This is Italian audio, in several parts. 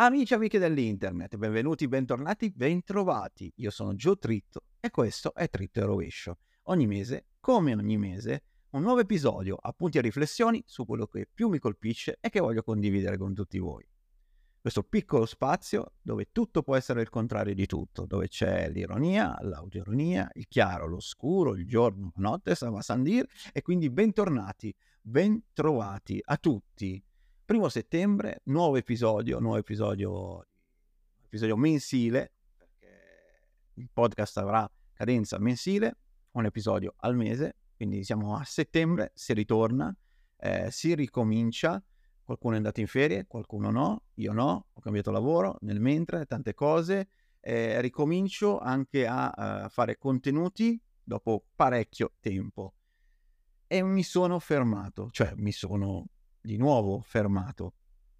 Amici e amiche dell'internet, benvenuti, bentornati, bentrovati. Io sono Gio Tritto e questo è Tritto e Rovescio. Ogni mese, come ogni mese, un nuovo episodio, appunti e riflessioni su quello che più mi colpisce e che voglio condividere con tutti voi. Questo piccolo spazio dove tutto può essere il contrario di tutto, dove c'è l'ironia, l'autoironia, il chiaro, l'oscuro, il giorno, la notte, ça va sans dire, e quindi bentornati, bentrovati a tutti. 1° settembre, episodio mensile, perché il podcast avrà cadenza mensile, un episodio al mese, quindi siamo a settembre, si ritorna, si ricomincia. Qualcuno è andato in ferie, qualcuno no, io no, ho cambiato lavoro nel mentre, tante cose, ricomincio anche a fare contenuti dopo parecchio tempo e mi sono fermato, cioè mi sono di nuovo fermato.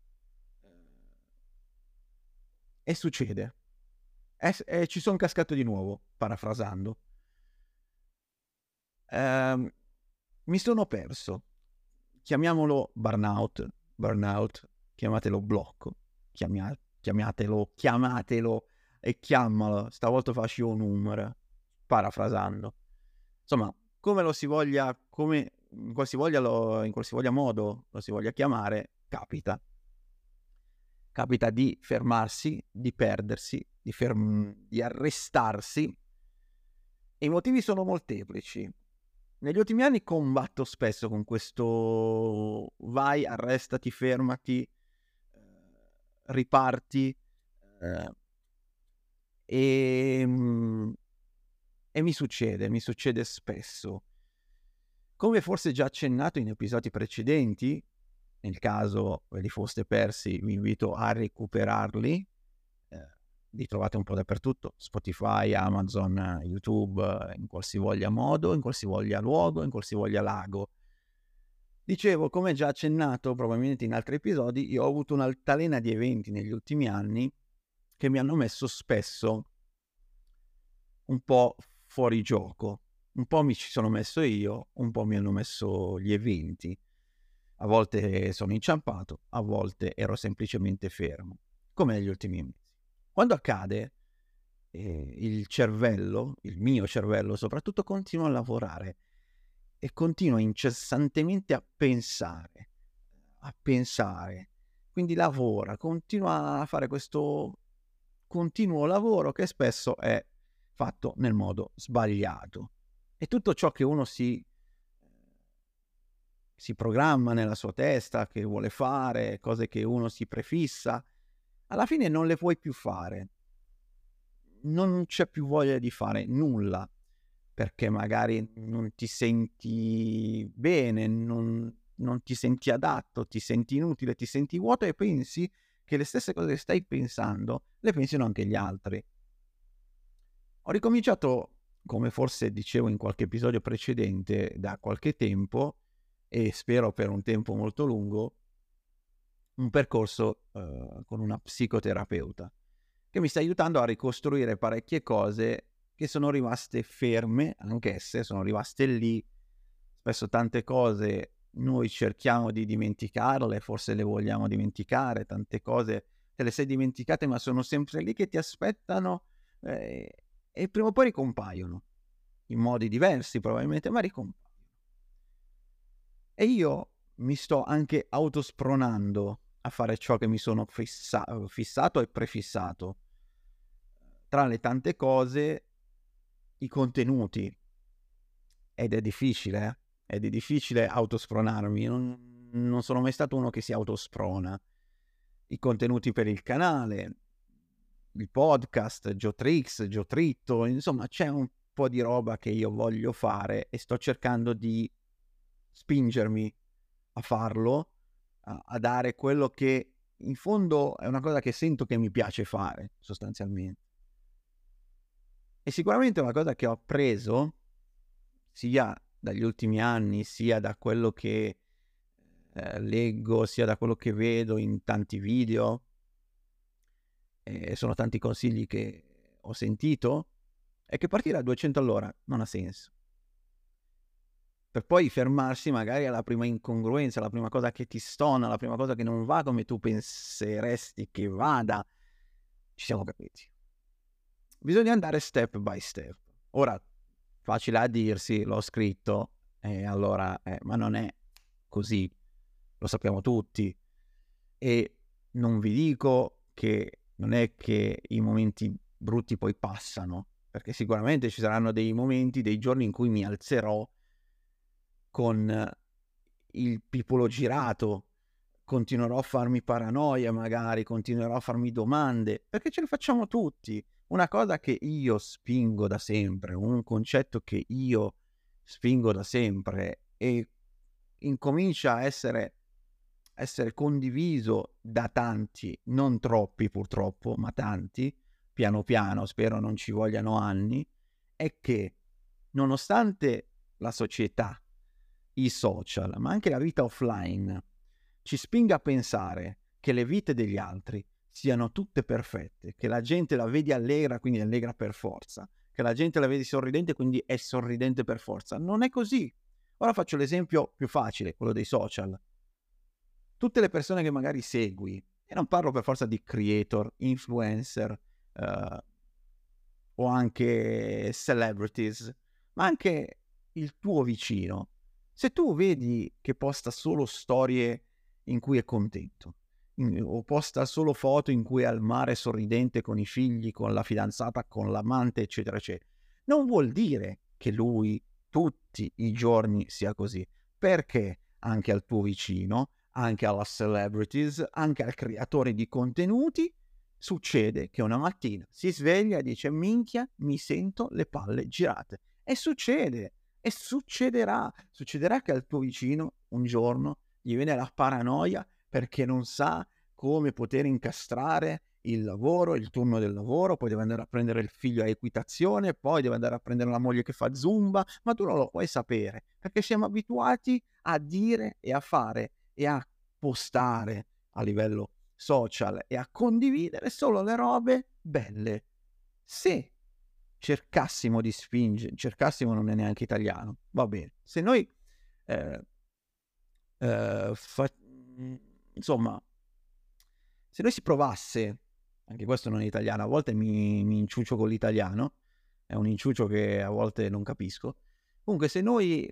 E succede, ci sono cascato di nuovo, parafrasando. Mi sono perso, chiamiamolo burnout, chiamatelo blocco, chiamatelo e chiamalo, stavolta faccio un numero, parafrasando. Insomma, come lo si voglia, come in qualsivoglia modo lo si voglia chiamare, capita di fermarsi, di perdersi, di arrestarsi, e i motivi sono molteplici. Negli ultimi anni combatto spesso con questo vai, arrestati, fermati, riparti, e mi succede spesso. Come forse già accennato in episodi precedenti, nel caso ve li foste persi vi invito a recuperarli, li trovate un po' dappertutto, Spotify, Amazon, YouTube, in qualsivoglia modo, in qualsivoglia luogo, in qualsivoglia lago. Dicevo, come già accennato probabilmente in altri episodi, io ho avuto un'altalena di eventi negli ultimi anni che mi hanno messo spesso un po' fuori gioco. Un po' mi ci sono messo io, un po' mi hanno messo gli eventi. A volte sono inciampato, a volte ero semplicemente fermo, come negli ultimi mesi. Quando accade, il mio cervello soprattutto, continua a lavorare e continua incessantemente a pensare. Quindi lavora, continua a fare questo continuo lavoro che spesso è fatto nel modo sbagliato. E tutto ciò che uno si programma nella sua testa, che vuole fare, cose che uno si prefissa, alla fine non le puoi più fare. Non c'è più voglia di fare nulla, perché magari non ti senti bene, non ti senti adatto, ti senti inutile, ti senti vuoto e pensi che le stesse cose che stai pensando le pensino anche gli altri. Ho ricominciato, come forse dicevo in qualche episodio precedente, da qualche tempo, e spero per un tempo molto lungo, un percorso con una psicoterapeuta che mi sta aiutando a ricostruire parecchie cose che sono rimaste ferme, anch'esse sono rimaste lì. Spesso tante cose noi cerchiamo di dimenticarle, forse le vogliamo dimenticare, tante cose te le sei dimenticate ma sono sempre lì che ti aspettano, e prima o poi ricompaiono, in modi diversi probabilmente, ma ricompaiono. E io mi sto anche autospronando a fare ciò che mi sono fissato e prefissato. Tra le tante cose, i contenuti. Ed è difficile, ed è difficile autospronarmi. Non sono mai stato uno che si autosprona. I contenuti per il canale, il podcast, Giotrix, Giotritto, insomma c'è un po' di roba che io voglio fare e sto cercando di spingermi a farlo, a dare quello che in fondo è una cosa che sento che mi piace fare, sostanzialmente. E sicuramente è una cosa che ho appreso sia dagli ultimi anni, sia da quello che leggo, sia da quello che vedo in tanti video, sono tanti consigli che ho sentito, è che partire a 200 all'ora non ha senso. per poi fermarsi magari alla prima incongruenza, alla prima cosa che ti stona, alla prima cosa che non va come tu penseresti che vada. Ci siamo capiti. Bisogna andare step by step. Ora, facile a dirsi, l'ho scritto, allora, ma non è così, lo sappiamo tutti. E non vi dico che non è che i momenti brutti poi passano, perché sicuramente ci saranno dei momenti, dei giorni in cui mi alzerò con il pipolo girato, continuerò a farmi paranoia magari, continuerò a farmi domande, perché ce le facciamo tutti. Una cosa che io spingo da sempre, un concetto che io spingo da sempre e incomincia a essere condiviso da tanti, non troppi purtroppo, ma tanti, piano piano, spero non ci vogliano anni, è che nonostante la società, i social, ma anche la vita offline, ci spinga a pensare che le vite degli altri siano tutte perfette, che la gente la vedi allegra, quindi è allegra per forza, che la gente la vedi sorridente, quindi è sorridente per forza. Non è così. Ora faccio l'esempio più facile, quello dei social. Tutte le persone che magari segui, e non parlo per forza di creator, influencer, o anche celebrities, ma anche il tuo vicino. Se tu vedi che posta solo storie in cui è contento, o posta solo foto in cui è al mare sorridente con i figli, con la fidanzata, con l'amante, eccetera, eccetera, non vuol dire che lui tutti i giorni sia così, perché anche al tuo vicino, anche alla celebrities, anche al creatore di contenuti, succede che una mattina si sveglia e dice minchia, mi sento le palle girate. E succede, e succederà che al tuo vicino un giorno gli viene la paranoia perché non sa come poter incastrare il lavoro, il turno del lavoro, poi deve andare a prendere il figlio a equitazione, poi deve andare a prendere la moglie che fa zumba, ma tu non lo puoi sapere, perché siamo abituati a dire e a fare e a postare a livello social e a condividere solo le robe belle. Se cercassimo di spingere, cercassimo non è neanche italiano, va bene, se noi insomma, se noi si provasse, anche questo non è italiano, a volte mi inciucio con l'italiano, è un inciucio che a volte non capisco. Comunque se noi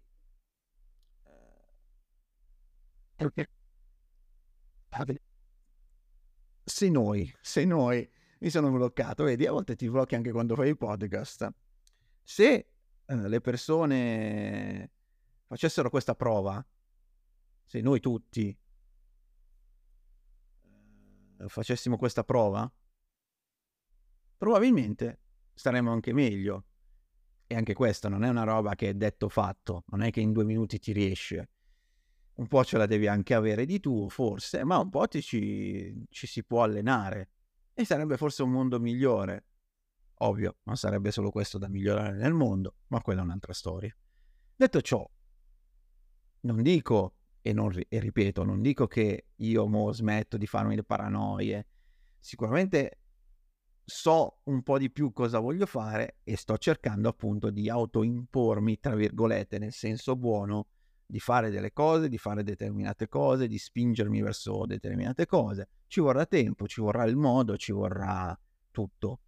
se noi mi sono bloccato, vedi, a volte ti blocchi anche quando fai i podcast. Se le persone facessero questa prova, se noi tutti facessimo questa prova, probabilmente staremmo anche meglio. E anche questa non è una roba che è detto fatto, non è che in 2 minuti ti riesce. Un po' ce la devi anche avere di tu, forse, ma un po' ci si può allenare. E sarebbe forse un mondo migliore. Ovvio, non sarebbe solo questo da migliorare nel mondo, ma quella è un'altra storia. Detto ciò, non dico, e ripeto, non dico che io mo smetto di farmi le paranoie. Sicuramente so un po' di più cosa voglio fare e sto cercando appunto di autoimpormi, tra virgolette, nel senso buono, di fare delle cose, di fare determinate cose, di spingermi verso determinate cose. Ci vorrà tempo, ci vorrà il modo, ci vorrà tutto.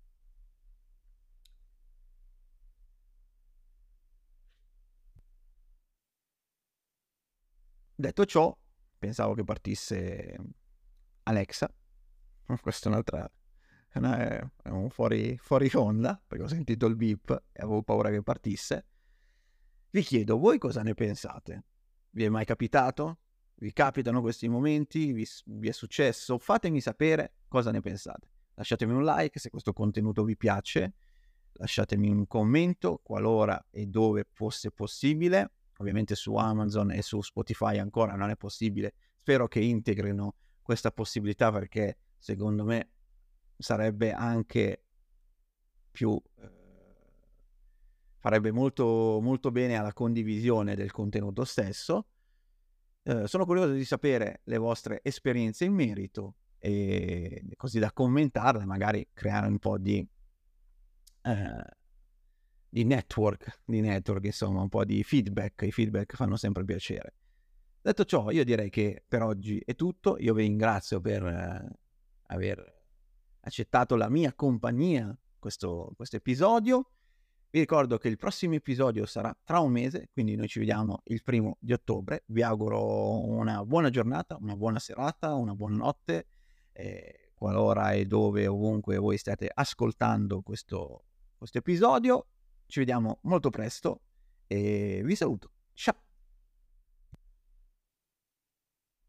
Detto ciò, pensavo che partisse Alexa. Questa è un'altra, è un fuori onda, perché ho sentito il beep e avevo paura che partisse. Vi chiedo, voi cosa ne pensate? Vi è mai capitato? Vi capitano questi momenti? Vi è successo? Fatemi sapere cosa ne pensate. Lasciatemi un like se questo contenuto vi piace, lasciatemi un commento qualora e dove fosse possibile. Ovviamente su Amazon e su Spotify ancora non è possibile. Spero che integrino questa possibilità perché secondo me sarebbe anche più farebbe molto, molto bene alla condivisione del contenuto stesso. Sono curioso di sapere le vostre esperienze in merito e così da commentarle, magari creare un po' di network, insomma, un po' di feedback. I feedback fanno sempre piacere. Detto ciò, io direi che per oggi è tutto. Io vi ringrazio per aver accettato la mia compagnia questo episodio. Vi ricordo che il prossimo episodio sarà tra un mese, quindi noi ci vediamo il 1° ottobre. Vi auguro una buona giornata, una buona serata, una buona notte, qualora e dove ovunque voi state ascoltando questo episodio. Ci vediamo molto presto e vi saluto. Ciao!